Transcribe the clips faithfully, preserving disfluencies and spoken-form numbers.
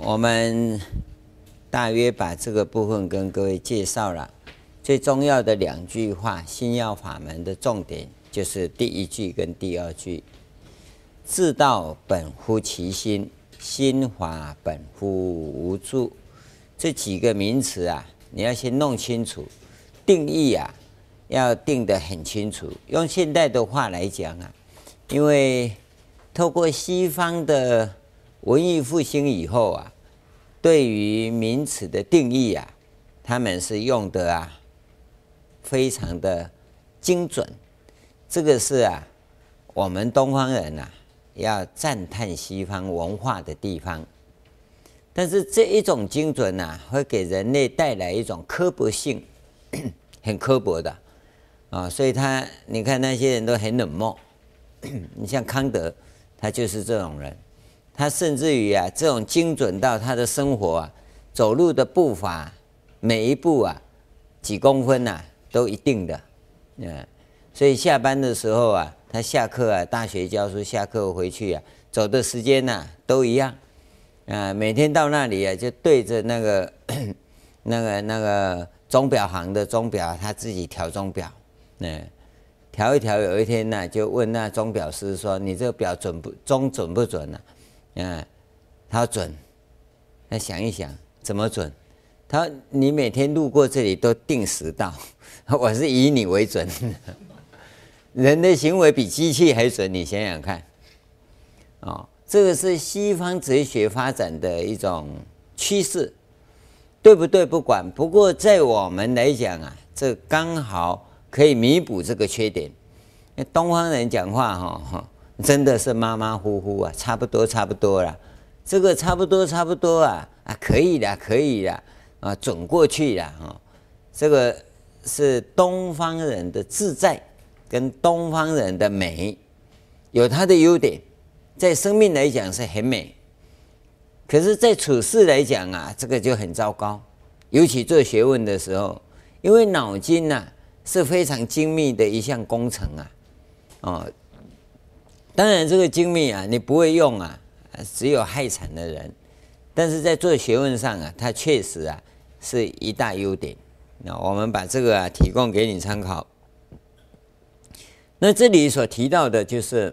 我们大约把这个部分跟各位介绍了。最重要的两句话，心要法门的重点就是第一句跟第二句。自道本乎其心，心法本乎无住。这几个名词啊，你要先弄清楚，定义啊要定得很清楚。用现代的话来讲啊，因为透过西方的文艺复兴以后啊，对于名词的定义啊，他们是用的啊非常的精准。这个是啊我们东方人啊要赞叹西方文化的地方。但是这一种精准啊，会给人类带来一种刻薄性，很刻薄的啊，所以他你看那些人都很冷漠。你像康德，他就是这种人，他甚至于啊，这种精准到他的生活啊，走路的步伐每一步啊几公分啊都一定的，嗯，所以下班的时候啊，他下课啊，大学教书下课回去啊，走的时间啊都一样。啊，每天到那里啊，就对着那个那个那个钟表行的钟表，他自己调钟表，嗯，调一调。有一天呢、啊，就问那钟表师说：“你这个表准不钟准不准呢、啊？”嗯，他说准。他想一想，怎么准？他说：“你每天路过这里都定时到，我是以你为准。人的行为比机器还准，你想想看，哦。”这个是西方哲学发展的一种趋势，对不对不管。不过在我们来讲啊，这刚好可以弥补这个缺点。东方人讲话哈，真的是马马虎虎啊，差不多差不多啦。这个差不多差不多啊啊，可以啦可以啦啊，准过去啦哈。这个是东方人的自在跟东方人的美，有它的优点。在生命来讲是很美，可是在处事来讲啊，这个就很糟糕。尤其做学问的时候，因为脑筋啊是非常精密的一项工程啊，哦，当然这个精密啊你不会用啊，只有害惨的人。但是在做学问上啊，它确实啊是一大优点。那我们把这个啊提供给你参考。那这里所提到的就是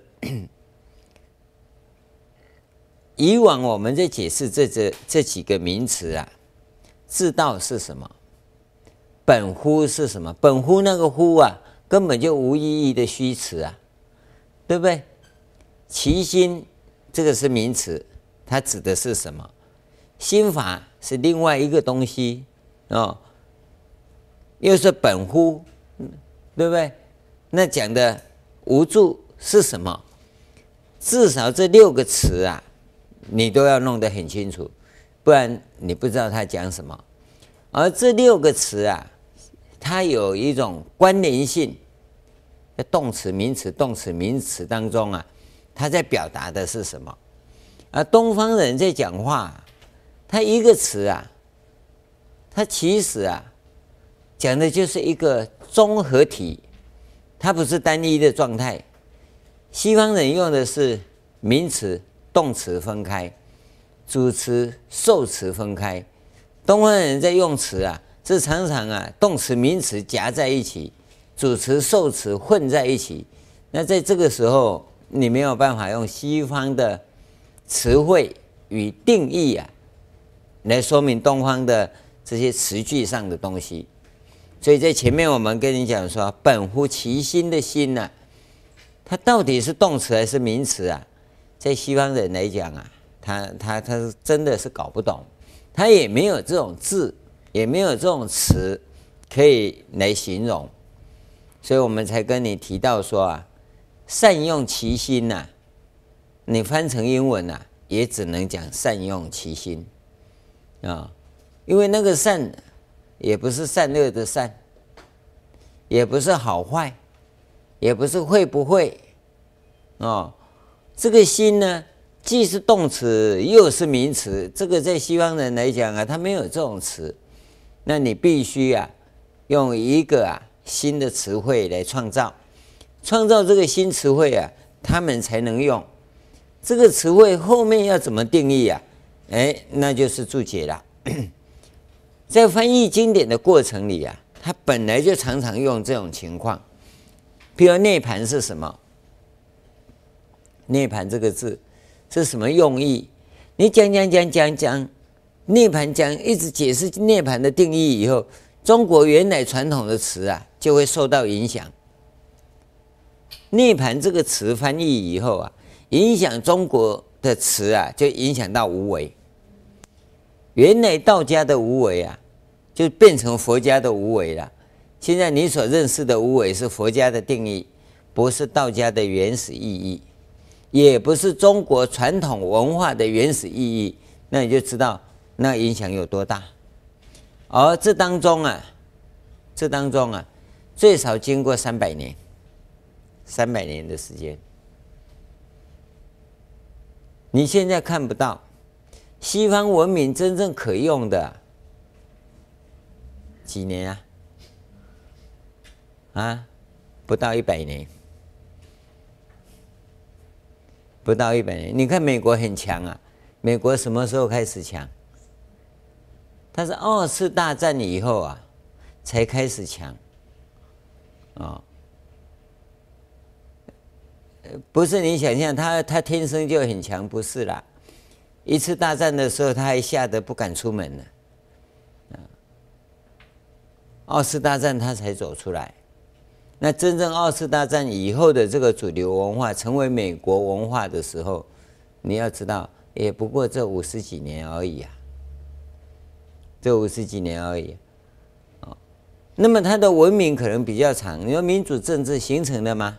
以往我们在解释这这这几个名词啊，自道是什么？本乎是什么？本乎那个乎啊，根本就无意义的虚词啊，对不对？其心这个是名词，它指的是什么？心法是另外一个东西哦，又是本乎，对不对？那讲的无住是什么？至少这六个词啊。你都要弄得很清楚，不然你不知道他讲什么。而这六个词啊，它有一种关联性，在动词、名词、动词、名词当中啊，它在表达的是什么？而东方人在讲话，他一个词啊，他其实啊，讲的就是一个综合体，它不是单一的状态。西方人用的是名词。动词分开，主词、受词分开。东方人在用词啊，这常常啊，动词、名词夹在一起，主词、受词混在一起。那在这个时候，你没有办法用西方的词汇与定义啊，来说明东方的这些词句上的东西。所以在前面我们跟你讲说，本乎其心的心啊，它到底是动词还是名词啊？在西方人来讲啊，他他他真的是搞不懂，他也没有这种字，也没有这种词可以来形容，所以我们才跟你提到说啊，善用其心呐、啊，你翻成英文啊，也只能讲善用其心啊，因为那个善也不是善恶的善，也不是好坏，也不是会不会哦。这个心呢，既是动词又是名词，这个在西方人来讲啊，他没有这种词，那你必须啊，用一个啊新的词汇来创造，创造这个新词汇啊，他们才能用。这个词汇后面要怎么定义啊？ 哎，那就是注解了。在翻译经典的过程里啊，它本来就常常用这种情况。譬如涅槃是什么？涅槃这个字是什么用意？你讲讲讲讲讲，涅槃讲一直解释涅槃的定义以后，中国原来传统的词啊就会受到影响。涅槃这个词翻译以后啊，影响中国的词啊，就影响到无为。原来道家的无为啊，就变成佛家的无为了。现在你所认识的无为是佛家的定义，不是道家的原始意义，也不是中国传统文化的原始意义。那你就知道那影响有多大。而这当中啊，这当中啊，最少经过三百年，三百年的时间。你现在看不到西方文明真正可用的、啊、几年啊？啊，不到一百年，不到一百年。你看美国很强啊，美国什么时候开始强？它是二次大战以后啊，才开始强，啊、哦，不是你想象它它天生就很强，不是啦。一次大战的时候，他还吓得不敢出门呢，啊，二次大战他才走出来。那真正二次大战以后的这个主流文化成为美国文化的时候，你要知道，也不过这五十几年而已啊，这五十几年而已，哦，那么它的文明可能比较长。你说民主政治形成了吗？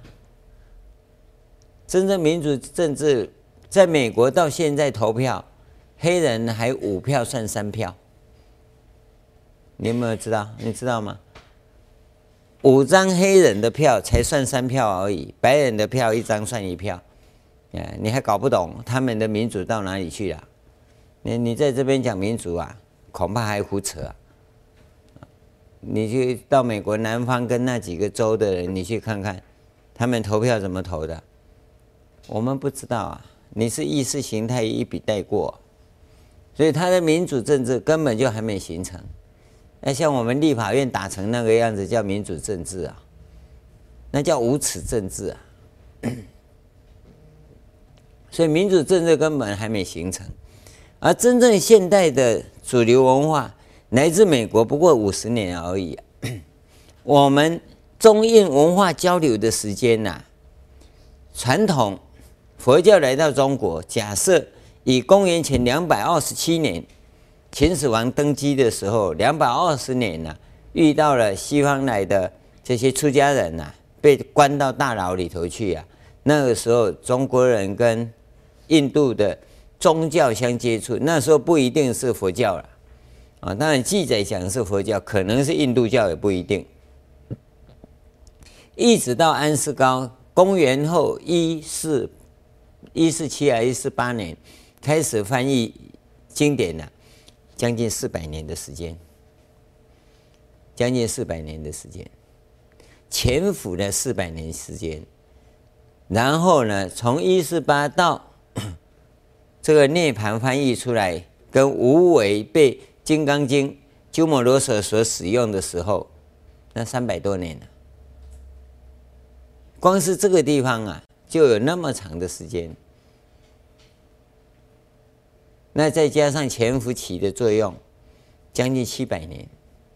真正民主政治在美国到现在投票，黑人还五票算三票，你有没有知道？你知道吗？五张黑人的票才算三票而已，白人的票一张算一票，你还搞不懂他们的民主到哪里去了？你你在这边讲民主啊，恐怕还胡扯啊！你去到美国南方跟那几个州的人，你去看看，他们投票怎么投的？我们不知道啊。你是意识形态一笔带过，所以他的民主政治根本就还没形成。那像我们立法院打成那个样子叫民主政治啊，那叫无耻政治啊。所以民主政治根本还没形成，而真正现代的主流文化来自美国不过五十年而已、啊、我们中印文化交流的时间呐、啊，传统佛教来到中国，假设以公元前两百二十七年秦始皇登基的时候，两百二十年呢、啊，遇到了西方来的这些出家人呐、啊，被关到大牢里头去啊。那个时候，中国人跟印度的宗教相接触，那时候不一定是佛教了啊。当然，记载讲是佛教，可能是印度教也不一定。一直到安世高，公元后一四一四七啊一四八年开始翻译经典了、啊。将近四百年的时间，将近四百年的时间，潜伏了四百年时间，然后呢，从一四八到这个涅槃翻译出来，跟无为被《金刚经》鸠摩罗什所使用的时候，那三百多年了。光是这个地方啊，就有那么长的时间。那再加上潜伏期的作用，将近七百年。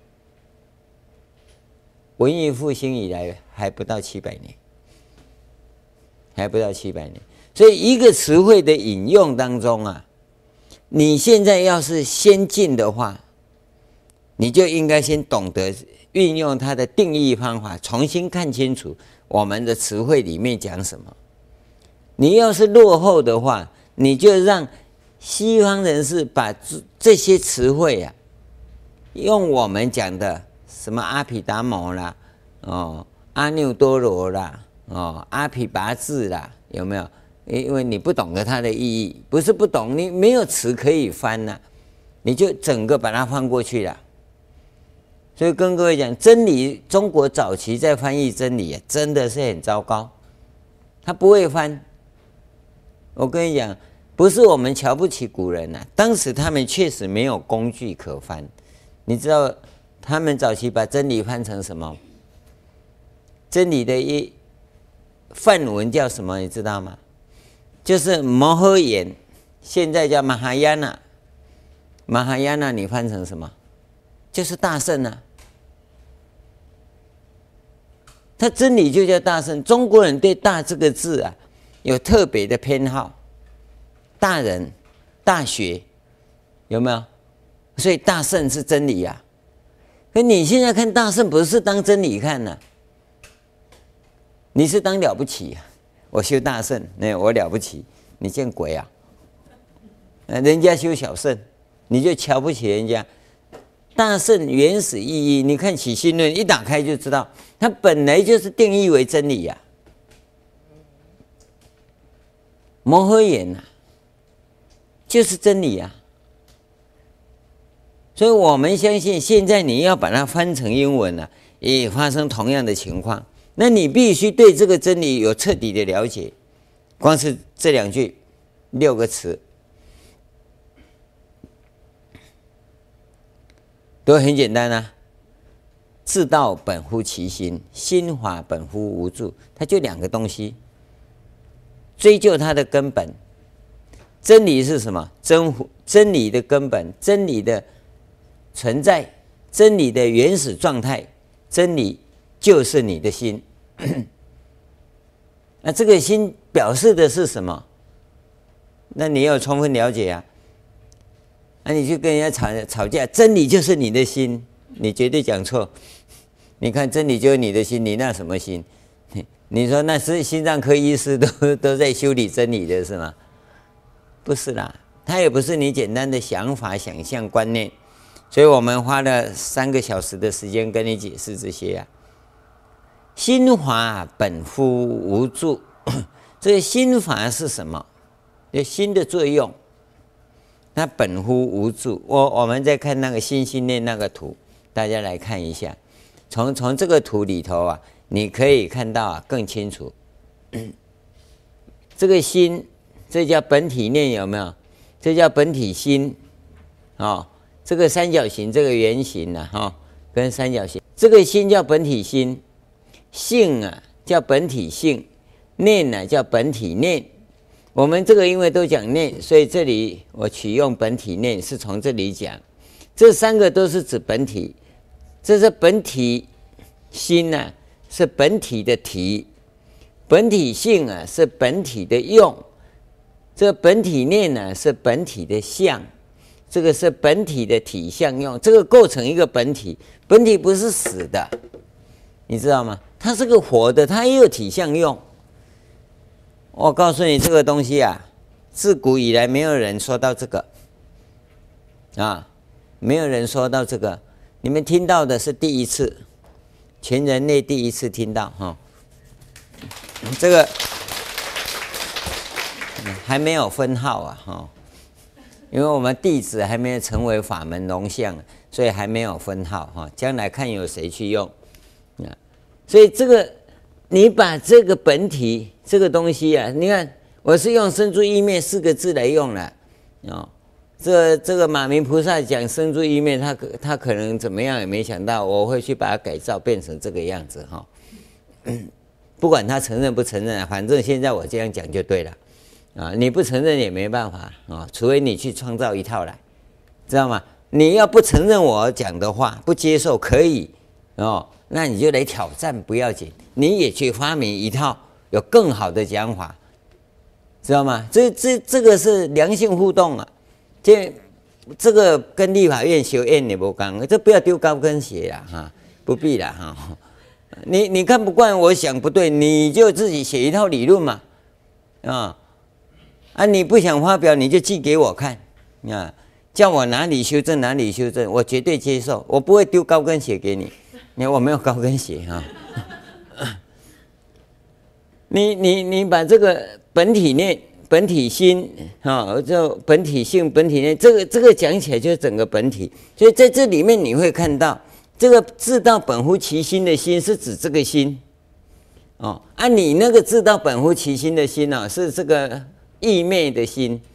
文艺复兴以来还不到七百年，还不到七百年。所以一个词汇的引用当中啊，你现在要是先进的话，你就应该先懂得运用它的定义方法，重新看清楚我们的词汇里面讲什么。你要是落后的话，你就让西方人士把这些词汇啊，用我们讲的什么阿毗达摩啦，哦，阿耨多罗啦，哦，阿毗跋致啦，有没有？因为你不懂得它的意义，不是不懂，你没有词可以翻呐、啊，你就整个把它翻过去了。所以跟各位讲，真理，中国早期在翻译真理啊，真的是很糟糕，他不会翻。我跟你讲。 不是我们瞧不起古人啊，当时他们确实没有工具可翻。你知道他们早期把真理翻成什么？真理的一梵文叫什么？你知道吗？就是摩诃言，现在叫马哈亚那。马哈亚那你翻成什么？就是大圣啊。它真理就叫大圣。中国人对大这个字啊有特别的偏好，大人、大学有没有？所以大圣是真理啊。可你现在看大圣不是当真理看呢、啊，你是当了不起啊！我修大圣，那我了不起，你见鬼啊！人家修小圣，你就瞧不起人家。大圣原始意义，你看起信论一打开就知道，它本来就是定义为真理呀、啊。摩诃言呐，就是真理啊。所以我们相信，现在你要把它翻成英文呢、啊，也发生同样的情况。那你必须对这个真理有彻底的了解。光是这两句，六个词。都很简单啊，自道本乎其心，心法本乎无住，它就两个东西。追究它的根本，真理是什么？真真理的根本，真理的存在，真理的原始状态，真理就是你的心。那这个心表示的是什么？那你要充分了解啊。那、啊、你去跟人家吵吵架，真理就是你的心，你绝对讲错。你看真理就是你的心，你那什么心？你说那是心脏科医师都都在修理真理的是吗？不是啦，它也不是你简单的想法、想象、观念。所以我们花了三个小时的时间跟你解释这些啊。心法本乎无住，这个心法是什么？就心的作用。那本乎无住，我我们再看那个心心念那个图，大家来看一下。从从这个图里头啊，你可以看到啊更清楚。这个心，这叫本体念，有没有？这叫本体心，哦，这个三角形，这个圆形啊，哈、哦，跟三角形，这个心叫本体心，性啊叫本体性，念啊叫本体念。我们这个因为都讲念，所以这里我取用本体念是从这里讲。这三个都是指本体，这是本体心啊，是本体的体；本体性啊，是本体的用；这本体念呢、啊，是本体的相。这个是本体的体相用，这个构成一个本体。本体不是死的，你知道吗？它是个活的，它也有体相用。我告诉你，这个东西啊，自古以来没有人说到这个啊，没有人说到这个。你们听到的是第一次，全人类第一次听到哈、哦。这个还没有分号啊哈、哦，因为我们弟子还没有成为法门龙象，所以还没有分号哈、哦。将来看有谁去用啊。所以这个你把这个本体。这个东西啊，你看，我是用生住意灭四个字来用了，哦，这这个马明菩萨讲生住意灭，他他可能怎么样也没想到，我会去把它改造变成这个样子哈、哦。不管他承认不承认，反正现在我这样讲就对了，啊，你不承认也没办法啊、哦，除非你去创造一套来，知道吗？你要不承认我讲的话，不接受可以哦，那你就来挑战不要紧，你也去发明一套。有更好的讲法，知道吗？这这这个是良性互动啊，这这个跟立法院修院也不讲，这不要丢高跟鞋啦哈，不必啦哈。你你看不惯，我想不对，你就自己写一套理论嘛，啊啊！你不想发表，你就寄给我看啊，叫我哪里修正哪里修正，我绝对接受，我不会丢高跟鞋给你，你看我没有高跟鞋哈。你你你把这个本体念、本体心啊，这本体性、本体念，这个这个讲起来就是整个本体。所以在这里面你会看到，这个自道本乎其心的心是指这个心哦。啊，你那个自道本乎其心的心呢、啊，是这个意昧的心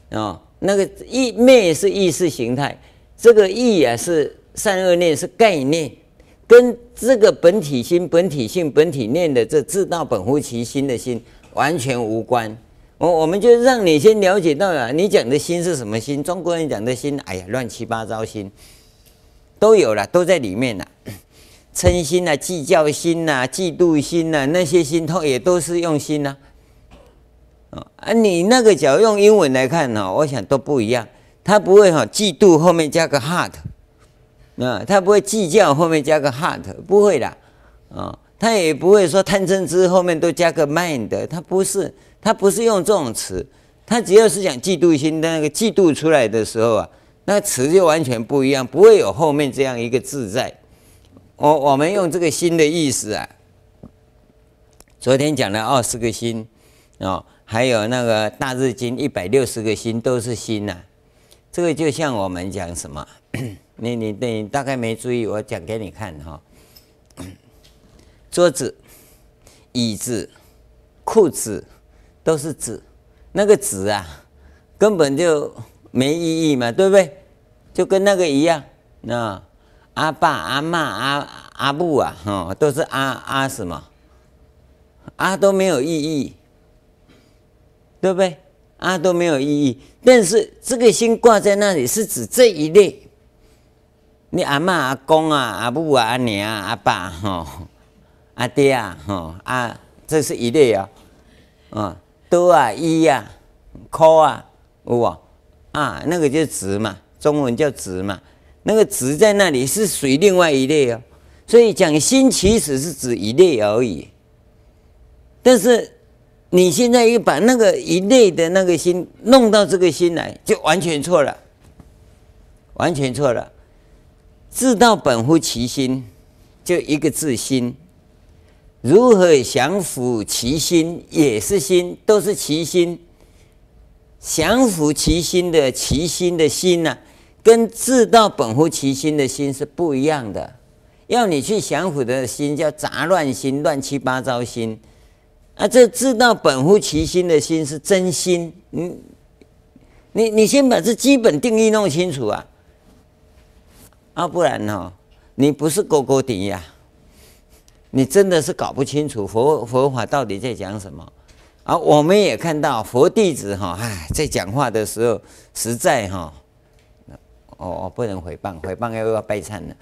哦，那个意昧是意识形态，这个意啊是善恶念，是概念，跟这个本体心、本体性、本体念的这自道本乎其心的心完全无关。我我们就让你先了解到了，你讲的心是什么心？中国人讲的心，哎呀，乱七八糟心都有了，都在里面了。嗔心啊、计较心啊、嫉妒心啊，那些心都也都是用心啊。啊，你那个假如用英文来看呢，我想都不一样。他不会哈嫉妒后面加个 heart， 啊，他不会计较后面加个 heart， 不会的啊。他也不会说贪嗔痴后面都加个 mind， 他不是，他不是用这种词。他只要是讲嫉妒心的那个嫉妒出来的时候啊，那词就完全不一样，不会有后面这样一个字在。我我们用这个心的意思啊，昨天讲了二十个心哦，还有那个大日经一百六十个心都是心呐、啊。这个就像我们讲什么，你你你大概没注意，我讲给你看哈、哦。桌子、椅子、裤子都是纸，那个纸啊，根本就没意义嘛，对不对？就跟那个一样，那。阿爸、阿嬷、阿阿母啊，哦，都是阿阿什么？阿都没有意义，对不对？阿都没有意义，但是这个心挂在那里，是指这一类。你阿嬷、阿公啊、阿母啊、阿娘啊、阿爸哈、哦、阿爹啊、哈、哦、啊，这是一类啊、哦，啊，多啊、一啊、扣啊，有无啊？那个就是值嘛，中文叫值嘛。那个值在那里是属于另外一类哦，所以讲心其实是指一类而已。但是你现在又把那个一类的那个心弄到这个心来，就完全错了，完全错了。自道本乎其心，就一个字心。如何降伏其心，也是心，都是其心。降伏其心的其心的心呢、啊？跟自道本乎其心的心是不一样的，要你去降伏的心叫杂乱心、乱七八糟心，啊，这自道本乎其心的心是真心。你你你先把这基本定义弄清楚啊，啊，不然哦，你不是勾勾底呀，你真的是搞不清楚佛佛法到底在讲什么。啊，我们也看到佛弟子哈、哦，哎，在讲话的时候实在哈、哦。哦，我不能诽谤，诽谤又要拜忏了。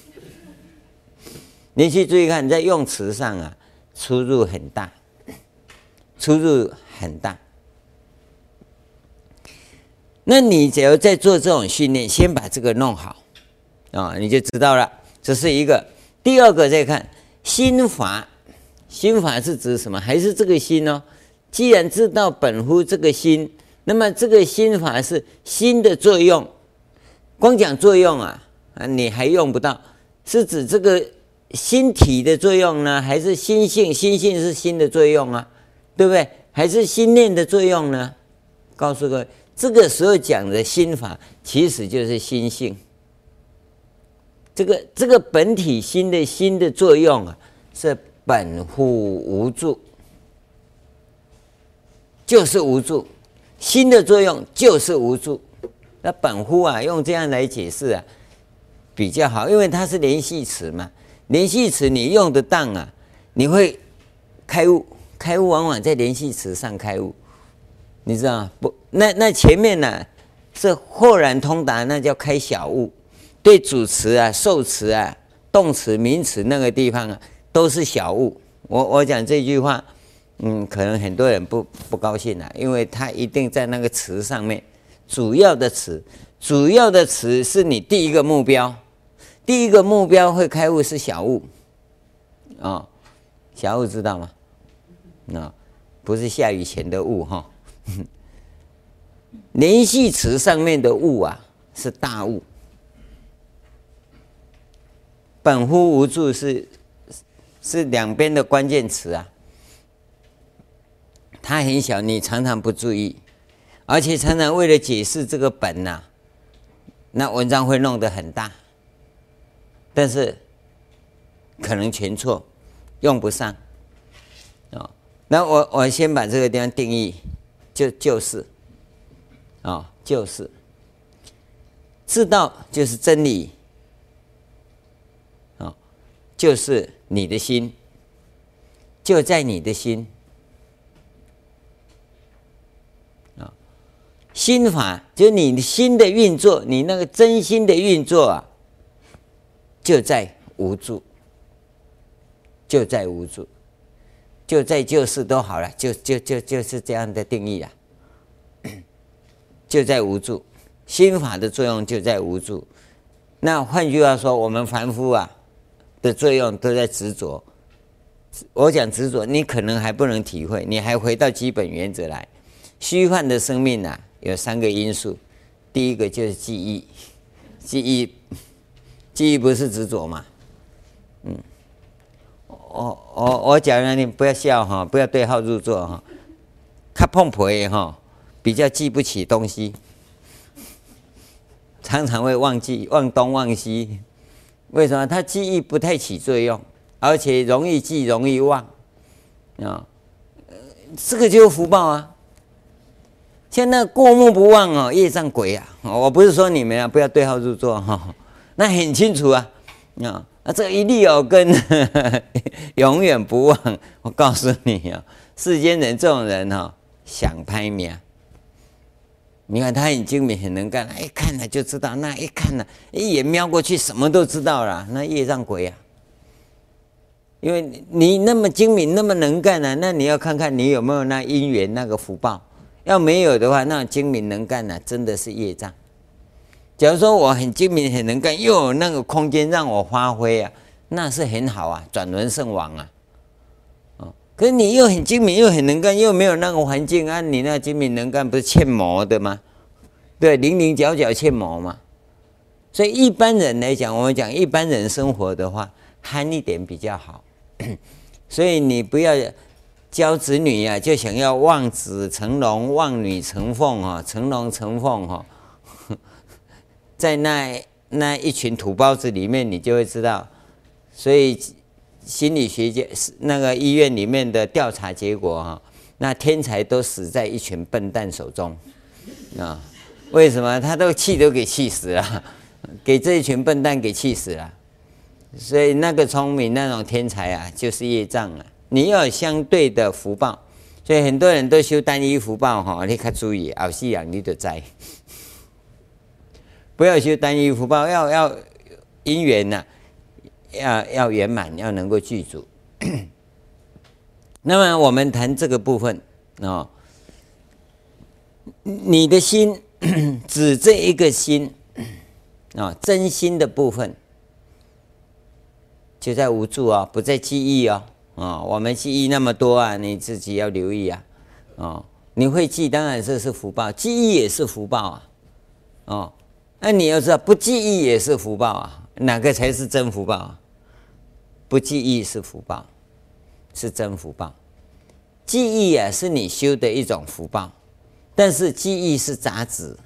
你去注意看，在用词上啊，出入很大，出入很大。那你只要在做这种训练，先把这个弄好啊、哦，你就知道了。这是一个。第二个再看心法，心法是指什么？还是这个心哦？既然知道本乎这个心，那么这个心法是心的作用。光讲作用啊，啊，你还用不到，是指这个心体的作用呢，还是心性？心性是心的作用啊，对不对？还是心念的作用呢？告诉各位，这个时候讲的心法，其实就是心性。这个这个本体心的心的作用啊，是本乎无住，就是无住，心的作用就是无住。那本乎啊，用这样来解释啊，比较好，因为它是连系词嘛。连系词你用得当啊，你会开悟。开悟往往在连系词上开悟，你知道吗？不，那那前面呢、啊、是豁然通达，那叫开小悟。对主词啊、受词啊、动词、名词那个地方啊，都是小悟。我我讲这句话，嗯，可能很多人不不高兴啊，因为它一定在那个词上面。主要的词，主要的词是你第一个目标，第一个目标会开悟是小悟，啊、哦，小悟知道吗？啊、哦，不是下雨前的雾哈，连系词上面的悟啊是大悟，本乎无住是是两边的关键词啊，它很小，你常常不注意。而且常常为了解释这个本呐、啊，那文章会弄得很大，但是可能全错，用不上。哦，那我我先把这个地方定义，就就是，啊、 啊，就是知道就是真理啊，就是你的心，就在你的心啊，心法就是你的心的运作，你那个真心的运作啊，就在无助，就在无助，就在就是都好了，就就就就是这样的定义啊，就在无助。心法的作用就在无助。那换句话说，我们凡夫啊的作用都在执着。我讲执着，你可能还不能体会，你还回到基本原则来。虚幻的生命啊，有三个因素。第一个就是记忆，记忆，记忆不是执着嘛？嗯，我我我讲了，你不要笑哈，不要对号入座哈。较碰皮哈，比较记不起东西。常常会忘记，忘东忘西，为什么？他记忆不太起作用，而且容易记，容易忘啊。这个就是福报啊。像那过目不忘哦，业障鬼啊！我不是说你们啊，不要对号入座哈。那很清楚啊啊！这一粒耳根永远不忘。我告诉你啊，世间人这种人哈，想拍命。你看他很精明，很能干，一看了就知道，那一看了，一眼瞄过去，什么都知道了。那业障鬼啊！因为你那么精明，那么能干啊，那你要看看你有没有那因缘那个福报。要没有的话，那精明能干啊，真的是业障。假如说我很精明，很能干，又有那个空间让我发挥啊，那是很好啊，转轮圣王啊。可是你又很精明，又很能干，又没有那个环境啊！你那精明能干不是欠磨的吗？对，零零角角欠磨嘛。所以一般人来讲，我们讲一般人生活的话，憨一点比较好。所以你不要教子女啊，就想要望子成龙，望女成凤哈，成龙成凤哈。在那那一群土包子里面，你就会知道，所以。心理学家那个医院里面的调查结果哈，那天才都死在一群笨蛋手中啊！为什么？他都气都给气死了，给这一群笨蛋给气死了。所以那个聪明那种天才啊，就是业障啊。你要有相对的福报，所以很多人都修单一福报哈，你较注意，后世人你就知。不要修单一福报，要要因缘呐、啊。要要圆满，要能够具足。那么我们谈这个部分哦，你的心指这一个心啊、哦，真心的部分就在无助哦，不在记忆哦。哦，我们记忆那么多啊，你自己要留意啊。哦，你会记，当然这是福报，记忆也是福报啊。哦，那你要知道，不记忆也是福报啊。哪个才是真福报啊？不记忆是福报，是真福报。记忆啊，是你修的一种福报，但是记忆是杂质。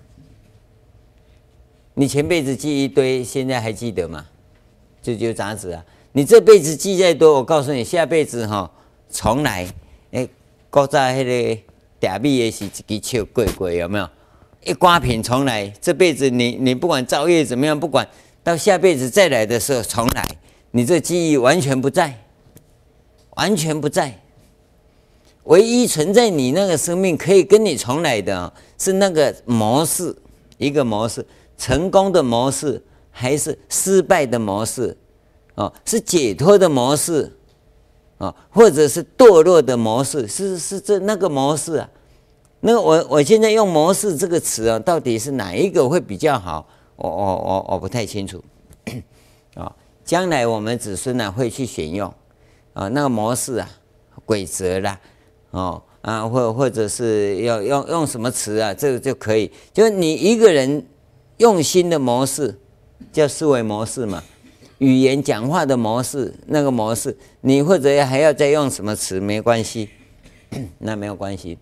你前辈子记一堆，现在还记得吗？这就杂质啊。你这辈子记再多，我告诉你，下辈子哈、哦，重来。哎，古早那个茶米的是一支笑过过，有没有？一刮品重来，这辈子你你不管造业怎么样，不管。到下辈子再来的时候重来，你这记忆完全不在，完全不在。唯一存在你那个生命可以跟你重来的，是那个模式，一个模式，成功的模式还是失败的模式？哦，是解脱的模式，哦，或者是堕落的模式？是是这那个模式啊？那个我我现在用模式这个词啊，到底是哪一个会比较好？我我我我不太清楚，啊，将来我们子孙呢会去选用，啊，那个模式啊，规则啦，哦啊，或或者是要用用什么词啊，这个就可以，就是你一个人用心的模式，叫思维模式嘛，语言讲话的模式，那个模式，你或者还要再用什么词没关系，那没有关系，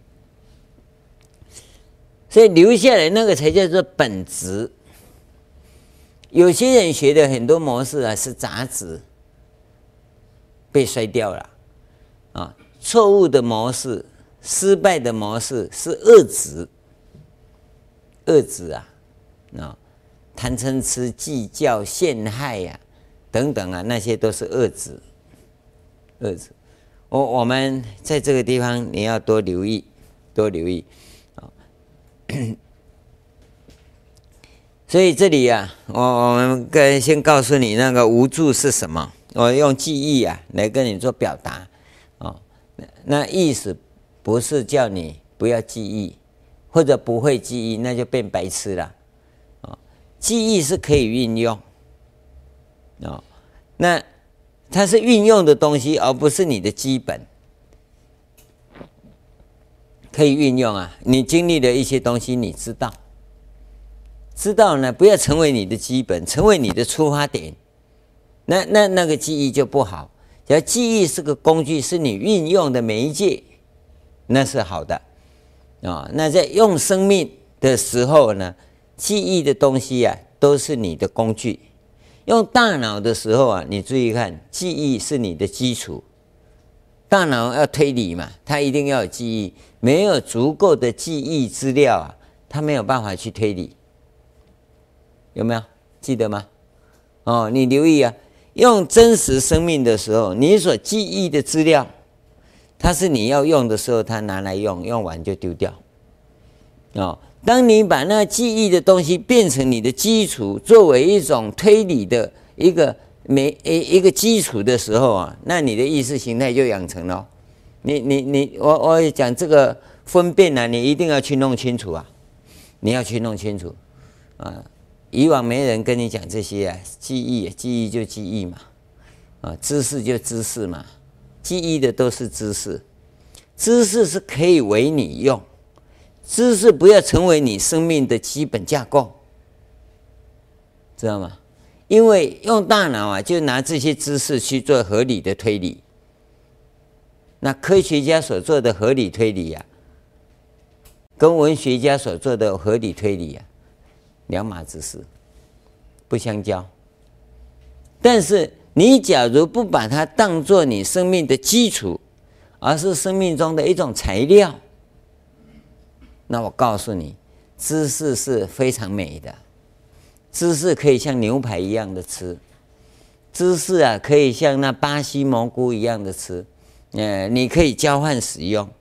所以留下来那个才叫做本质。有些人学的很多模式啊是杂质，被摔掉了啊！错误的模式、失败的模式是恶质， 恶子啊，啊，贪嗔痴、计较、陷害呀、啊，等等啊，那些都是恶子。恶子，我我们在这个地方你要多留意，多留意啊。所以这里啊，我我们跟先告诉你那个无助是什么，我用记忆啊来跟你做表达啊。那意思不是叫你不要记忆，或者不会记忆，那就变白痴了啊。记忆是可以运用啊，那它是运用的东西，而不是你的基本。可以运用啊，你经历的一些东西，你知道。知道呢，不要成为你的基本，成为你的出发点，那那那个记忆就不好。只要记忆是个工具，是你运用的媒介，那是好的啊、哦。那在用生命的时候呢，记忆的东西啊，都是你的工具。用大脑的时候啊，你注意看，记忆是你的基础。大脑要推理嘛，它一定要有记忆，没有足够的记忆资料啊，它没有办法去推理。有没有记得吗？哦，你留意啊，用真实生命的时候，你所记忆的资料，它是你要用的时候，它拿来用，用完就丢掉。哦，当你把那记忆的东西变成你的基础，作为一种推理的一个没一个基础的时候啊，那你的意识形态就养成了。你你你，我我讲这个分辨啊，你一定要去弄清楚啊，你要去弄清楚啊。以往没人跟你讲这些啊，记忆记忆就记忆嘛，啊，知识就知识嘛，记忆的都是知识，知识是可以为你用，知识不要成为你生命的基本架构，知道吗？因为用大脑啊，就拿这些知识去做合理的推理，那科学家所做的合理推理啊，跟文学家所做的合理推理啊，两码子事，不相交。但是你假如不把它当作你生命的基础，而是生命中的一种材料，那我告诉你，知识是非常美的，知识可以像牛排一样的吃，知识啊可以像那巴西蘑菇一样的吃，呃，你可以交换使用。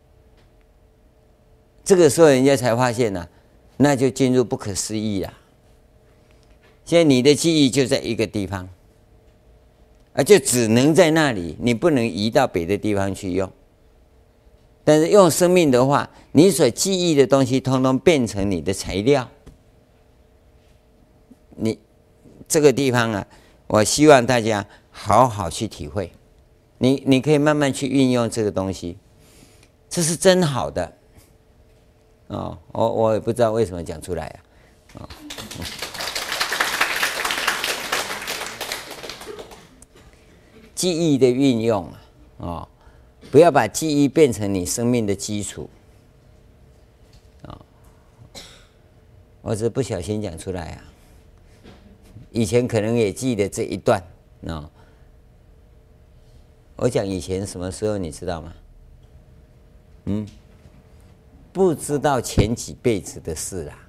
这个时候人家才发现呢、啊，那就进入不可思议了。现在你的记忆就在一个地方，而就只能在那里，你不能移到别的地方去用。但是用生命的话，你所记忆的东西，通通变成你的材料。你这个地方啊，我希望大家好好去体会。你你可以慢慢去运用这个东西，这是真好的。哦，我我也不知道为什么讲出来啊。哦嗯、记忆的运用啊，哦，不要把记忆变成你生命的基础。啊、哦，我只是不小心讲出来啊。以前可能也记得这一段啊、哦。我讲以前什么时候你知道吗？嗯。不知道前几辈子的事啦，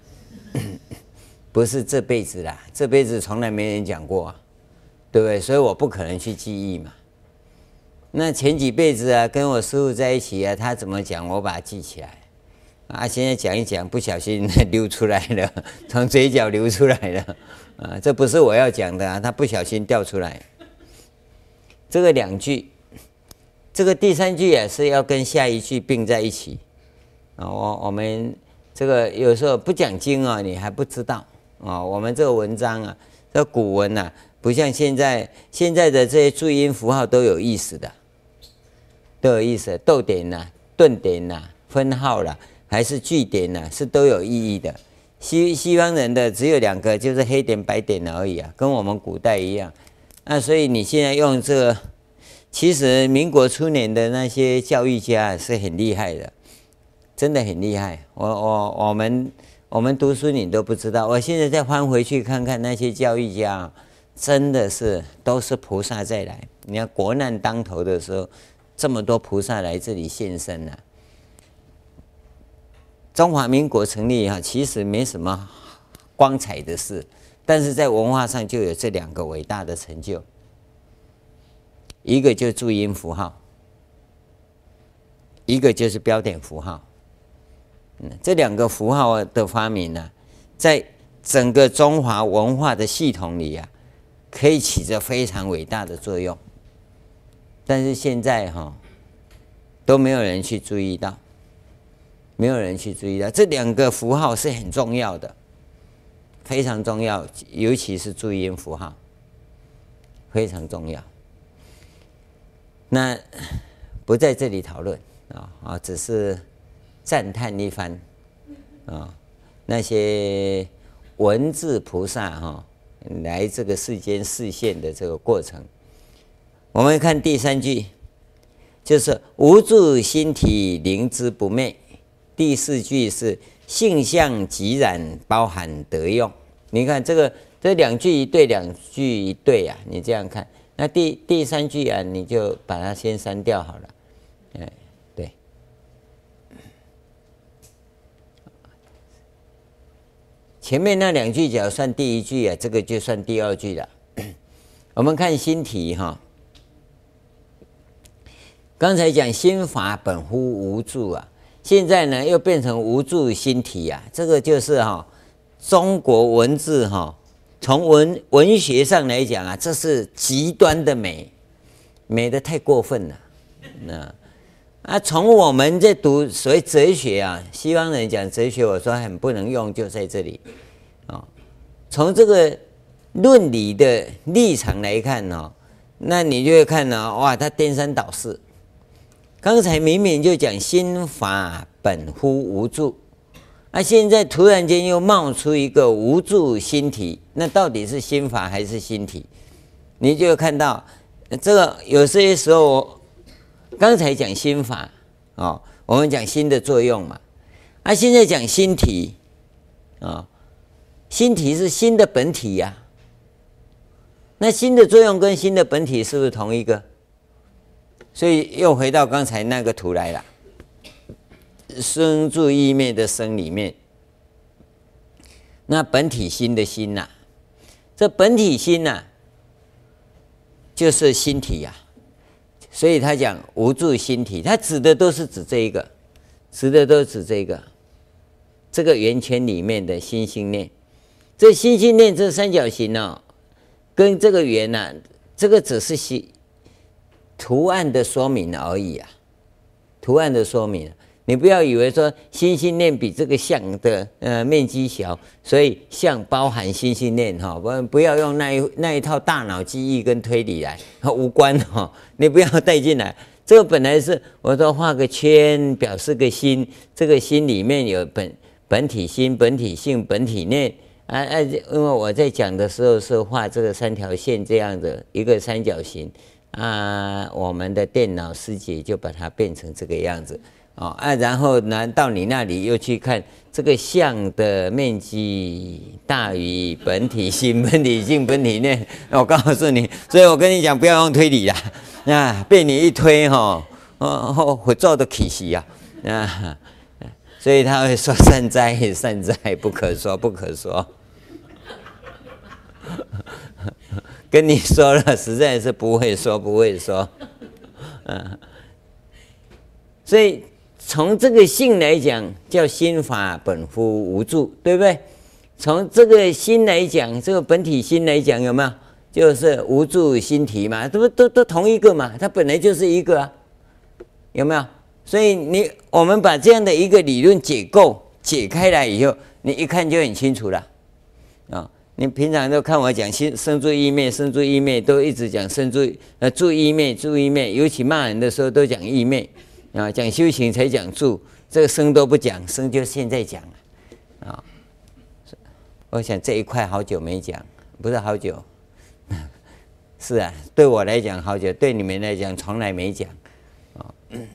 不是这辈子啦，这辈子从来没人讲过啊，对不对？所以我不可能去记忆嘛。那前几辈子啊，跟我师父在一起啊，他怎么讲，我把它记起来。啊，现在讲一讲，不小心流出来了，从嘴角流出来了，啊，这不是我要讲的啊，他不小心掉出来。这个两句，这个第三句也是要跟下一句并在一起。啊，我我们这个有时候不讲经啊，你还不知道啊。我们这个文章啊，这古文啊，不像现在现在的这些注音符号都有意思的，都有意思，逗点呐、啊、顿点呐、啊、分号啦、啊，还是句点呐、啊，是都有意义的。西西方人的只有两个，就是黑点白点而已啊，跟我们古代一样。那所以你现在用这个，其实民国初年的那些教育家是很厉害的。真的很厉害，我我我们我们读书你都不知道，我现在再翻回去看看那些教育家，真的是都是菩萨再来。你看国难当头的时候，这么多菩萨来这里现身啊， 中华民国成立哈，其实没什么光彩的事，但是在文化上就有这两个伟大的成就，一个就是注音符号，一个就是标点符号。嗯，这两个符号的发明呢、啊，在整个中华文化的系统里啊，可以起着非常伟大的作用。但是现在哈、哦，都没有人去注意到，没有人去注意到这两个符号是很重要的，非常重要，尤其是注音符号，非常重要。那不在这里讨论啊啊，只是赞叹一番啊，那些文字菩萨哈、哦、来这个世间示现的这个过程。我们看第三句，就是无住心体，灵之不昧。第四句是性相即然，包含得用。你看这个这两句一对，两句一对啊，你这样看。那第第三句啊，你就把它先删掉好了。哎，对。前面那两句只要算第一句啊，这个就算第二句了。我们看心体哈。刚才讲心法本乎无住啊，现在呢又变成无住心体啊，这个就是哈、哦、中国文字哈、哦，从文文学上来讲啊，这是极端的美，美的太过分了。那啊，从我们在读所谓哲学啊，西方人讲哲学，我说很不能用，就在这里啊、哦。从这个论理的立场来看哦，那你就会看呢、哦，哇，他颠三倒四。刚才明明就讲心法本乎无住，啊，现在突然间又冒出一个无住心体，那到底是心法还是心体？你就看到这个有些时候，刚才讲心法哦，我们讲心的作用嘛，啊，现在讲心体啊、哦，心体是心的本体呀、啊，那心的作用跟心的本体是不是同一个？所以又回到刚才那个图来了，生住意灭的生里面，那本体心的心呐、啊，这本体心呐、啊，就是心体呀、啊。所以他讲无住心体，他指的都是指这一个，指的都是指这个，这个圆圈里面的心心念，这心心念这三角形哦，跟这个圆呐、啊，这个只是心。图案的说明而已啊，图案的说明，你不要以为说心心念比这个相的呃面积小，所以相包含心心念哈，不不要用那一那一套大脑记忆跟推理来，无关哈，你不要带进来。这个本来是我说画个圈表示个心，这个心里面有本本体心、本体性、本体念啊啊，因为我在讲的时候是画这个三条线这样的一个三角形。啊，我们的电脑师姐就把它变成这个样子哦啊，然后呢，到你那里又去看这个相的面积大于本体性、本体性、本体念。我告诉你，所以我跟你讲，不要用推理啦，啊，被你一推哈，哦，会做的起死啊啊，所以他会说善哉善哉，不可说不可说。跟你说了，实在是不会说，不会说，嗯，所以从这个性来讲，叫心法本乎无住，对不对？从这个心来讲，这个本体心来讲，有没有？就是无住心体嘛，这不都都同一个嘛？它本来就是一个啊，有没有？所以你我们把这样的一个理论解构解开来以后，你一看就很清楚了，啊、哦。你平常都看我讲生住意灭，生住意灭，都一直讲生住呃住意灭，住意灭，尤其骂人的时候都讲意灭啊，讲修行才讲住，这个生都不讲，生就现在讲啊。我想这一块好久没讲，不是好久，是啊，对我来讲好久，对你们来讲从来没讲啊。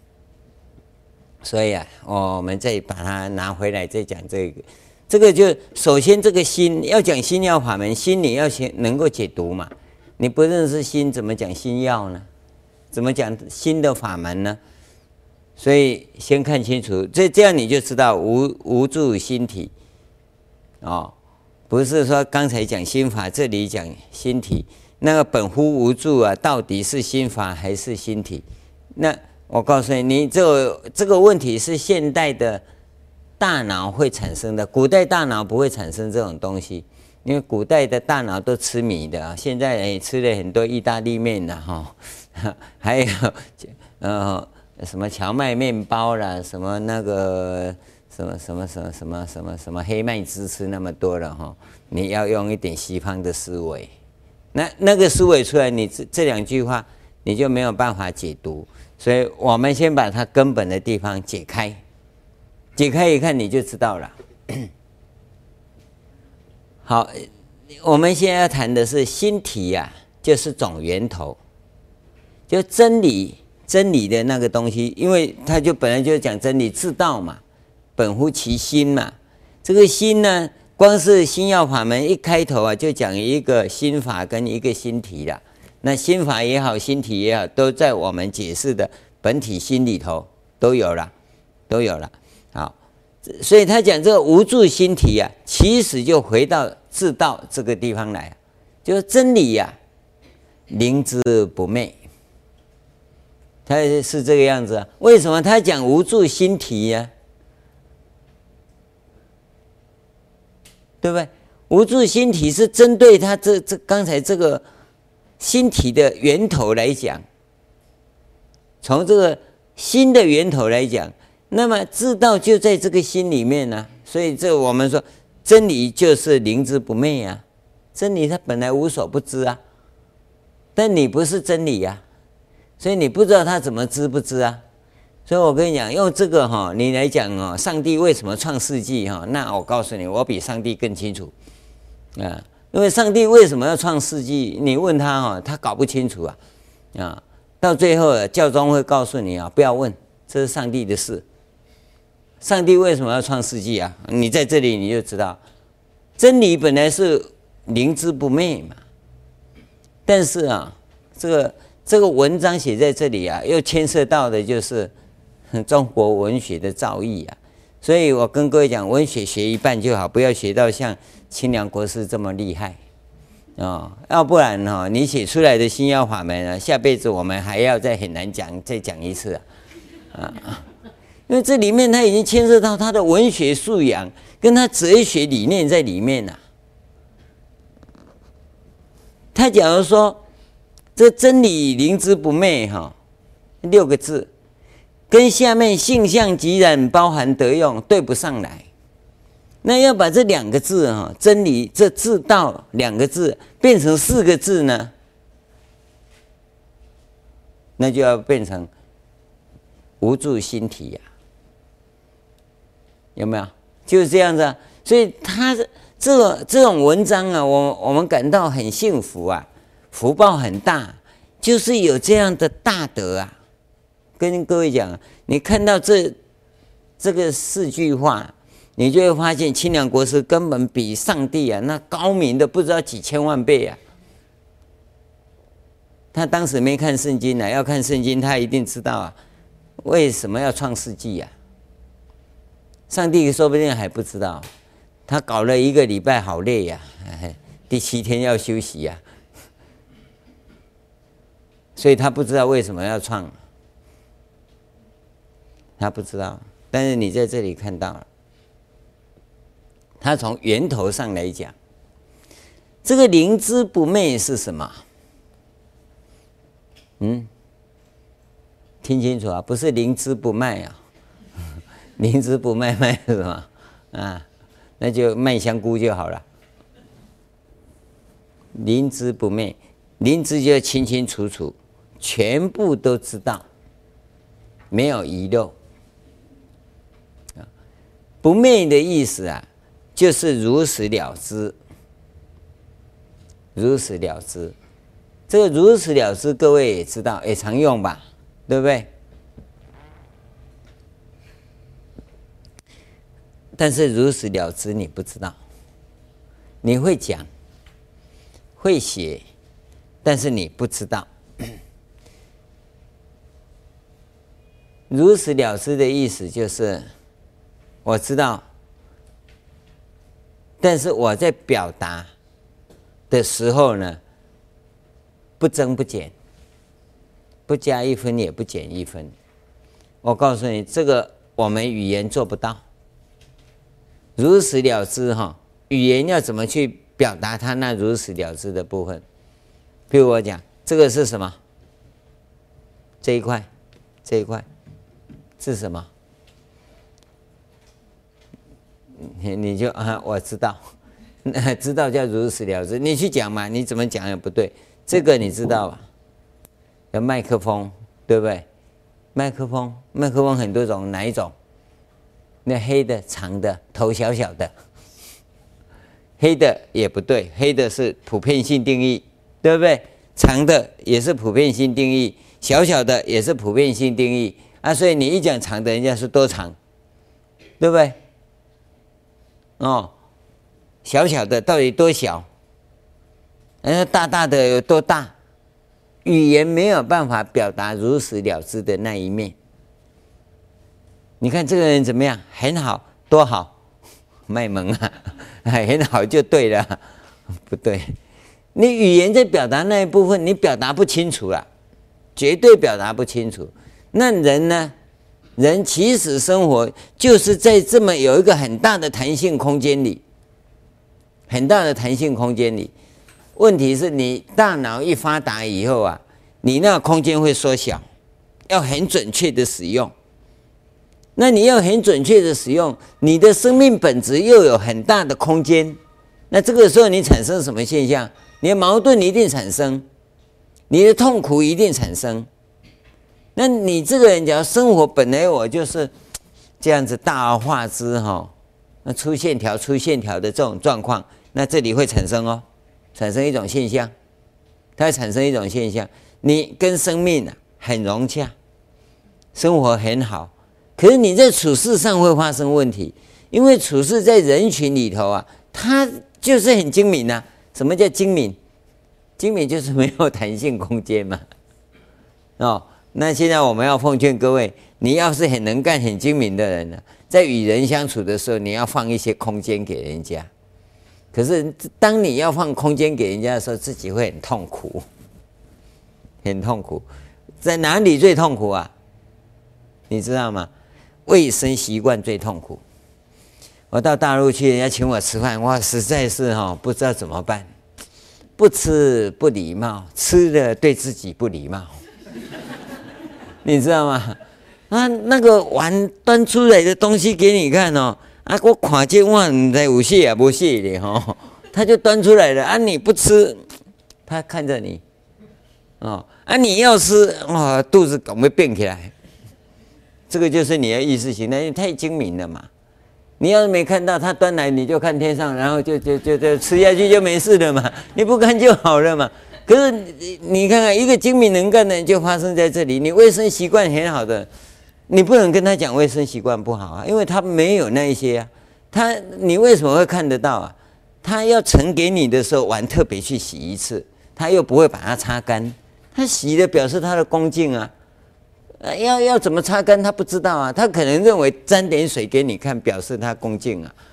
所以啊，我们再把它拿回来再讲这个。这个就首先这个心要讲心要法门，心你要先能够解读嘛。你不认识心，怎么讲心要呢？怎么讲心的法门呢？ 所以先看清楚，这这样你就知道无无住心体哦，不是说刚才讲心法，这里讲心体，那个本乎无住啊，到底是心法还是心体？那我告诉你，你这个这个问题是现代的大脑会产生的，古代大脑不会产生这种东西，因为古代的大脑都吃米的，现在也吃了很多意大利面的哈，还有呃。什么荞麦面包啦，什么那个什么什么什么什么什么什么黑麦汁吃那么多了哈，你要用一点西方的思维，那那个思维出来，你这这两句话你就没有办法解读，所以我们先把它根本的地方解开，解开一看你就知道了。好，我们现在要谈的是心体呀、啊，就是总源头，就真理。真理的那个东西，因为他就本来就讲真理之道嘛，本乎其心嘛。这个心呢，光是心要法门一开头啊，就讲一个心法跟一个心体了。那心法也好，心体也好，都在我们解释的本体心里头都有了，都有了。好，所以他讲这个无住心体啊，其实就回到自道这个地方来，就是真理呀、啊，灵之不昧。他是这个样子啊？为什么他讲无住心体呀、啊？对不对？无住心体是针对他这这刚才这个心体的源头来讲，从这个心的源头来讲，那么知道就在这个心里面呢、啊。所以这我们说真理就是灵之不昧啊，真理它本来无所不知啊，但你不是真理啊。所以你不知道他怎么知不知啊？所以我跟你讲，用这个哈，你来讲哦，上帝为什么创世纪哈？那我告诉你，我比上帝更清楚啊！因为上帝为什么要创世纪？你问他哈，他搞不清楚啊啊！到最后教宗会告诉你啊，不要问，这是上帝的事。上帝为什么要创世纪啊？你在这里你就知道，真理本来是灵之不昧嘛。但是啊，这个。这个文章写在这里啊，又牵涉到的就是中国文学的造诣啊，所以我跟各位讲，文学学一半就好，不要学到像清凉国师这么厉害啊、哦，要不然哈、哦，你写出来的心要法门啊，下辈子我们还要再很难讲，再讲一次啊，啊，因为这里面它已经牵涉到他的文学素养跟他哲学理念在里面啊。他假如说。这真理灵之不昧哈，六个字，跟下面性相即然包含得用对不上来。那要把这两个字哈，真理这自道两个字变成四个字呢，那就要变成无住心体呀、啊，有没有？就是这样子啊。所以他这个这种文章啊，我我们感到很幸福啊。福报很大，就是有这样的大德啊！跟各位讲，你看到这这个四句话，你就会发现清凉国师根本比上帝啊那高明的不知道几千万倍啊！他当时没看圣经啊，要看圣经，他一定知道啊，为什么要创世纪啊？上帝说不定还不知道，他搞了一个礼拜，好累呀、啊，第七天要休息呀、啊。所以他不知道为什么要创，他不知道，但是你在这里看到了，他从源头上来讲，这个灵之不昧是什么？嗯，听清楚啊，不是灵之不卖啊，灵之不卖卖是什么啊？那就卖香菇就好了。灵之不昧，灵之就清清楚楚。全部都知道，没有遗漏。不昧的意思啊，就是如实了知，如实了知。这个如实了知，各位也知道，也常用吧，对不对？但是如实了知你不知道，你会讲，会写，但是你不知道。 如实了知的意思就是我知道，但是我在表达的时候呢，不增不减，不加一分也不减一分。我告诉你，这个我们语言做不到。如实了知哈，语言要怎么去表达它那如实了知的部分？譬如我讲，这个是什么？这一块，这一块是什么？你你就啊，我知道，知道叫如实了知。你去讲嘛，你怎么讲也不对。这个你知道吧？有麦克风，对不对？麦克风，麦克风很多种，哪一种？那黑的、长的、头小小的，黑的也不对，黑的是普遍性定义，对不对？长的也是普遍性定义，小小的也是普遍性定义啊。所以你一讲长的，人家是多长，对不对？哦，小小的到底多小？人家大大的有多大？语言没有办法表达如实了知的那一面。你看这个人怎么样？很好，多好，卖萌啊，很好就对了，不对，你语言在表达那一部分，你表达不清楚了，绝对表达不清楚。那人呢？人其实生活就是在这么有一个很大的弹性空间里，很大的弹性空间里。问题是你大脑一发达以后啊，你那个空间会缩小，要很准确的使用。那你要很准确的使用，你的生命本质又有很大的空间，那这个时候你产生什么现象？你的矛盾一定产生，你的痛苦一定产生。那你这个人假如生活本来我就是这样子大而化之哈，那出线条出线条的这种状况，那这里会产生哦，产生一种现象，它会产生一种现象，你跟生命啊很融洽，生活很好。可是你在处事上会发生问题，因为处事在人群里头啊，它就是很精明啊。什么叫精明？精明就是没有弹性空间嘛。哦，那现在我们要奉劝各位，你要是很能干、很精明的人呢、啊，在与人相处的时候，你要放一些空间给人家。可是当你要放空间给人家的时候，自己会很痛苦，很痛苦。在哪里最痛苦啊？你知道吗？卫生习惯最痛苦。我到大陆去，人家请我吃饭，哇，实在是哈、哦、不知道怎么办。不吃不礼貌，吃的对自己不礼貌，你知道吗？啊，那个碗端出来的东西给你看哦，啊，我看这碗唔知有蟹也无蟹的哈，他就端出来了啊，你不吃，他看着你，哦，啊，你要吃，哇，肚子赶快变起来。这个就是你的意识形态，因为太精明了嘛。你要是没看到他端来，你就看天上，然后就就就就吃下去就没事了嘛。你不看就好了嘛。可是你你看看，一个精明能干的人就发生在这里。你卫生习惯很好的，你不能跟他讲卫生习惯不好啊，因为他没有那一些啊。他你为什么会看得到啊？他要盛给你的时候，碗特别去洗一次，他又不会把它擦干，他洗的表示他的恭敬啊。要要怎么擦干他不知道啊，他可能认为沾点水给你看表示他恭敬啊。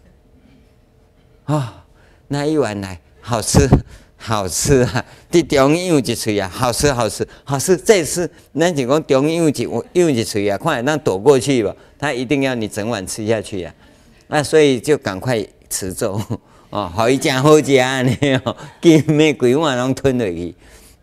哦，那一碗来好吃好吃啊，在中央有一嘴啊，好吃好吃好吃再吃。咱就讲中央有一有一嘴啊，快让躲过去吧，他一定要你整碗吃下去啊。那所以就赶快持咒哦，好一家好家呢哦，给每规碗拢吞落去，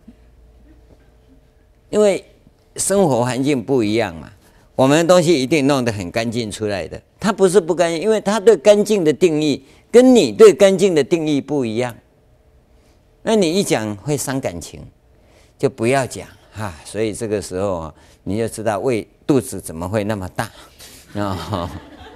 因为生活环境不一样嘛，我们的东西一定弄得很干净出来的。它不是不干净，因为它对干净的定义跟你对干净的定义不一样。那你一讲会伤感情，就不要讲哈。所以这个时候啊，你就知道胃肚子怎么会那么大哦。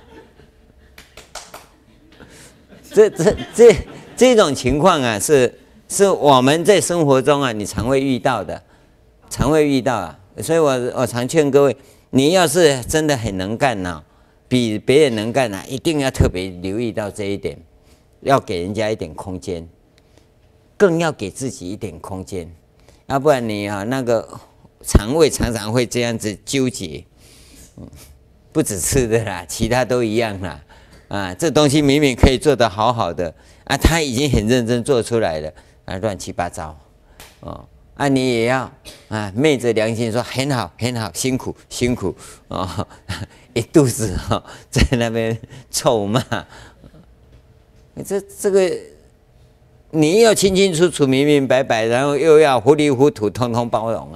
这这这这种情况啊，是是我们在生活中啊，你常会遇到的，常会遇到啊。所以我我常劝各位，你要是真的很能干呐，比别人能干呐，一定要特别留意到这一点，要给人家一点空间，更要给自己一点空间，要不然你啊那个肠胃常常会这样子纠结不止吃的啦，其他都一样啦。啊，这东西明明可以做得好好的啊，他已经很认真做出来了啊，乱七八糟哦。啊，你也要啊，昧着良心说很好很好，辛苦辛苦哦，一肚子哦在那边臭骂，这这个你要清清楚楚、明明白白，然后又要糊里糊涂，通通包容啊。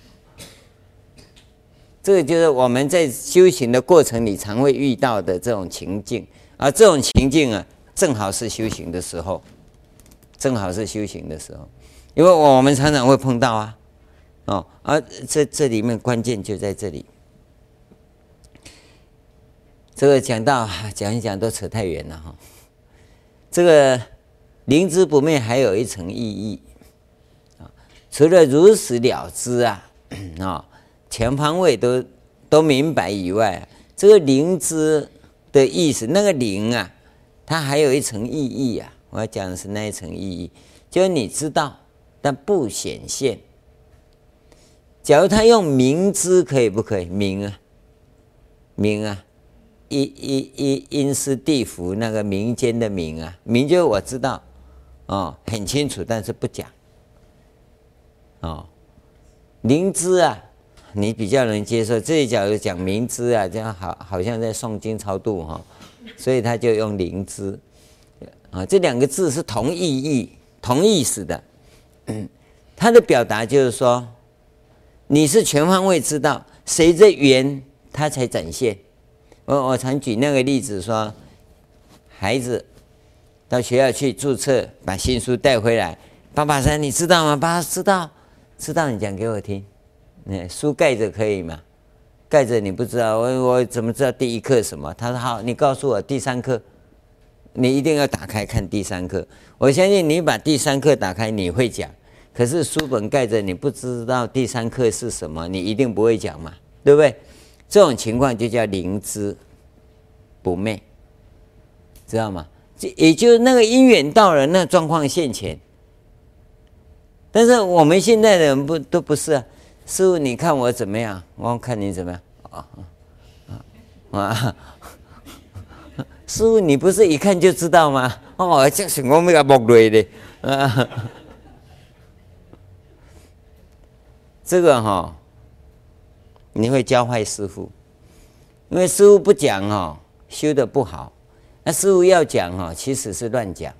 这个就是我们在修行的过程里常会遇到的这种情境，而这种情境啊，正好是修行的时候，正好是修行的时候，因为我们常常会碰到啊，哦，而这这里面关键就在这里。这个讲到讲一讲都扯太远了哈。这个灵知不灭还有一层意义啊，除了如实了知啊，啊。全方位都都明白以外，这个灵知的意思，那个灵啊，它还有一层意义啊。我要讲的是那一层意义，就是你知道，但不显现。假如他用明知，可以不可以？明啊，明啊，一一一阴司地府那个民间的明啊，明就是我知道，哦，很清楚，但是不讲。哦，灵知啊。你比较能接受，这一角讲明知啊，这样好好像在诵经超度哈，所以他就用灵知啊，这两个字是同意义、同意思的。嗯，他的表达就是说，你是全方位知道，随着缘他才展现。我我常举那个例子说，孩子到学校去注册，把新书带回来，爸爸说你知道吗？爸爸知道，知道你讲给我听。书盖着可以吗？盖着你不知道，我我怎么知道第一课什么？他说好，你告诉我第三课，你一定要打开看第三课。我相信你把第三课打开，你会讲。可是书本盖着，你不知道第三课是什么，你一定不会讲嘛，对不对？这种情况就叫灵知不昧，知道吗？也就是那个因缘到了，那状况现前。但是我们现在的人不都不是啊。师父，你看我怎么样？我看你怎么样？啊啊啊！师父，你不是一看就知道吗？哦，这是我们个木类的啊。这个哈、哦，你会教坏师父，因为师父不讲哦，修得不好。那师父要讲哦，其实是乱讲。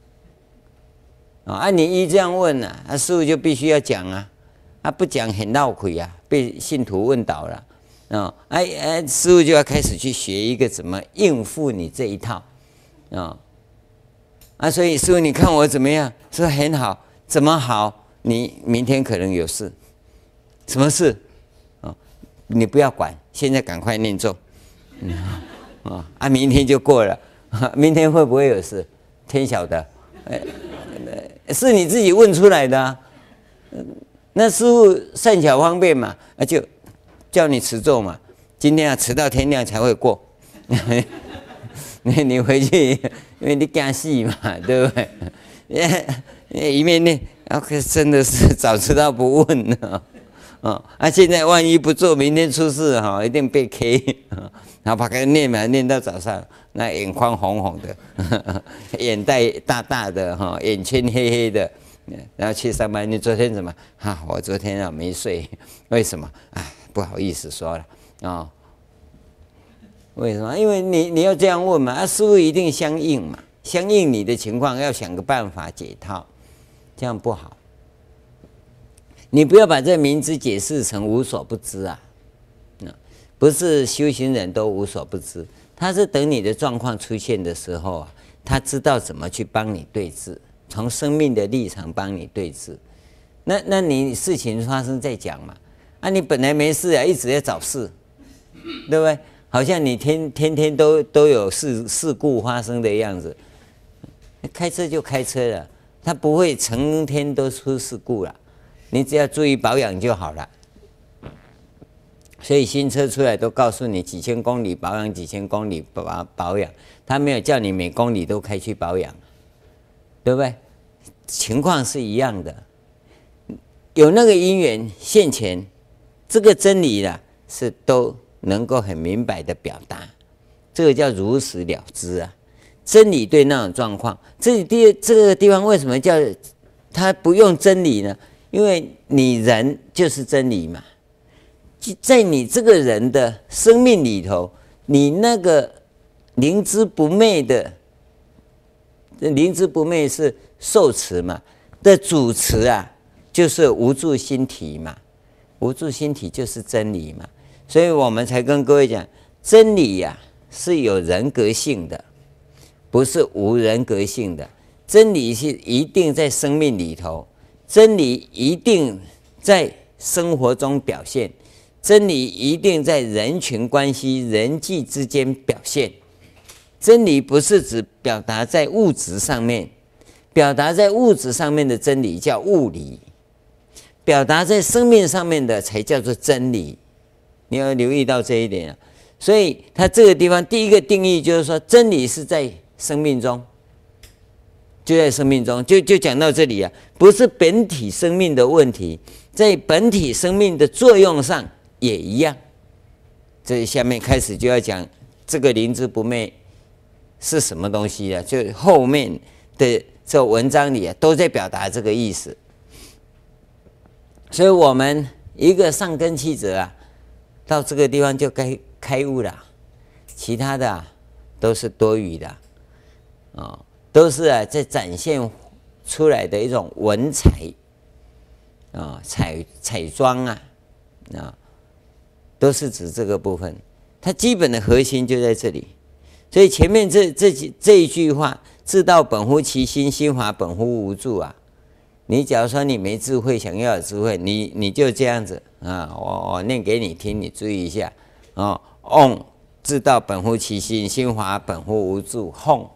啊，你一这样问啊，那师父就必须要讲啊。他、啊、不讲很闹亏啊，被信徒问倒了，啊，哎哎，师父就要开始去学一个怎么应付你这一套，啊，啊，所以师父你看我怎么样？说很好，怎么好？你明天可能有事，什么事？啊，你不要管，现在赶快念咒，嗯，啊，啊，明天就过了，啊、明天会不会有事？天晓得，哎，是你自己问出来的、啊。那师父善巧方便嘛，那就叫你持咒嘛。今天要持到天亮才会过。你你回去，因为你惊死嘛，对不对？一面念，然后真的是早知道不问了。哦，啊，现在万一不做，明天出事哈，一定被 K。然后把它念嘛，念到早上，那眼眶红红的，眼袋大大的哈，眼圈黑黑的。然后去上班，你昨天怎么？哈、啊，我昨天啊没睡，为什么？哎，不好意思说了啊、哦。为什么？因为你你要这样问嘛，啊，师父一定相应嘛，相应你的情况，要想个办法解套，这样不好。你不要把这明知解释成无所不知啊，不是修行人都无所不知，他是等你的状况出现的时候啊，他知道怎么去帮你对治。从生命的立场帮你对治，那那你事情发生再讲嘛？啊，你本来没事啊，一直在找事，对不对？好像你天天天都都有事事故发生的样子。开车就开车了，他不会成天都出事故了，你只要注意保养就好了。所以新车出来都告诉你几千公里保养，几千公里保保养，他没有叫你每公里都开去保养。对不对？情况是一样的，有那个因缘现前，这个真理啦是都能够很明白的表达，这个叫如实了知啊。真理对那种状况，这里第这个地方为什么叫他不用真理呢？因为你人就是真理嘛，在你这个人的生命里头，你那个灵知不昧的，灵知不昧是受持嘛的主持啊，就是无住心体嘛，无住心体就是真理嘛，所以我们才跟各位讲，真理呀、啊、是有人格性的，不是无人格性的。真理是一定在生命里头，真理一定在生活中表现，真理一定在人群关系、人际之间表现。真理不是指表达在物质上面，表达在物质上面的真理叫物理，表达在生命上面的才叫做真理。你要留意到这一点啊。所以他这个地方第一个定义就是说，真理是在生命中，就在生命中，就就讲到这里啊，不是本体生命的问题，在本体生命的作用上也一样。这下面开始就要讲这个灵知不昧是什么东西啊？就后面的这文章里啊，都在表达这个意思。所以我们一个上根器者啊，到这个地方就该开悟了，其他的啊都是多余的。哦，都是啊，在展现出来的一种文采啊、哦，彩彩妆啊，啊、哦，都是指这个部分。它基本的核心就在这里。所以前面这这这一句话“自道本乎其心，心法本乎无住”啊，你假如说你没智慧，想要有智慧，你你就这样子啊，我我念给你听，你注意一下啊。嗡，自道本乎其心，心法本乎无住。吽。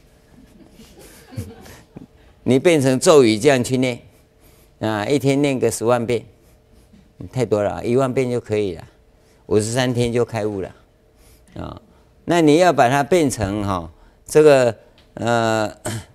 你变成咒语这样去念啊，一天念个十万遍，太多了，一万遍就可以了，五十三天就开悟了啊。那你要把它变成哈、哦、这个呃，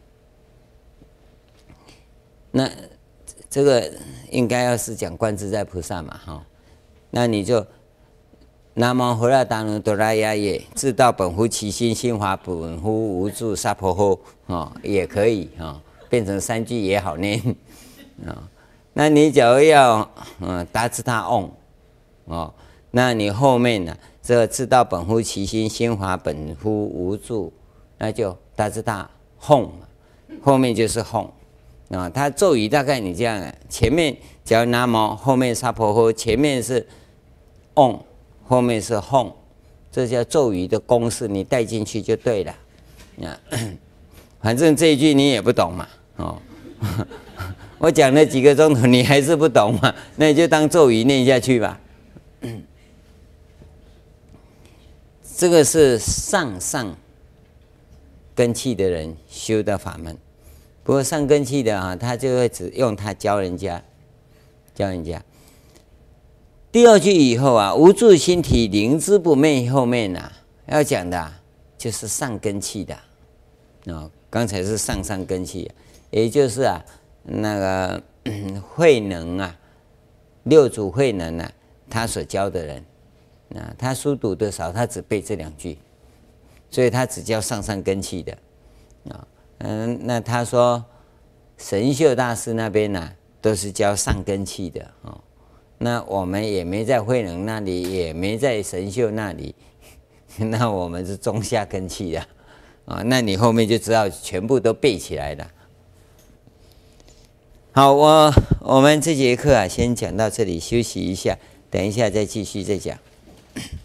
那这个应该要是讲观自在菩萨嘛哈、哦，那你就南无喝啰达奴哆啦呀耶，自道本乎其心，心法本乎无住，萨婆诃哦，也可以哈。哦，变成三句也好念啊、哦。那你假如要嗯达至他嗡哦，那你后面呢、啊，这个自道本乎其心，心法本乎无住，那就达至他吽，后面就是吽啊。他咒语大概你这样啊，前面假如南无，后面萨婆诃，前面是嗡，后面是吽，这叫咒语的公式，你带进去就对了啊。反正这一句你也不懂嘛。哦，我讲了几个钟头，你还是不懂嘛？那你就当咒语念下去吧。这个是上上根器的人修的法门，不过上根器的啊，他就会只用它教人家，教人家。第二句以后啊，无住心体，灵知不昧，后面啊要讲的、啊、就是上根器的啊、哦，刚才是上上根器、啊。也就是啊，那个慧能啊，六祖慧能啊，他所教的人，啊，他书读的少，他只背这两句，所以他只教上上根器的，啊，嗯，那他说神秀大师那边呢、啊，都是教上根器的哦，那我们也没在慧能那里，也没在神秀那里，那我们是中下根器的，啊，那你后面就知道全部都背起来了。好，我我们这节课啊，先讲到这里，休息一下，等一下再继续再讲。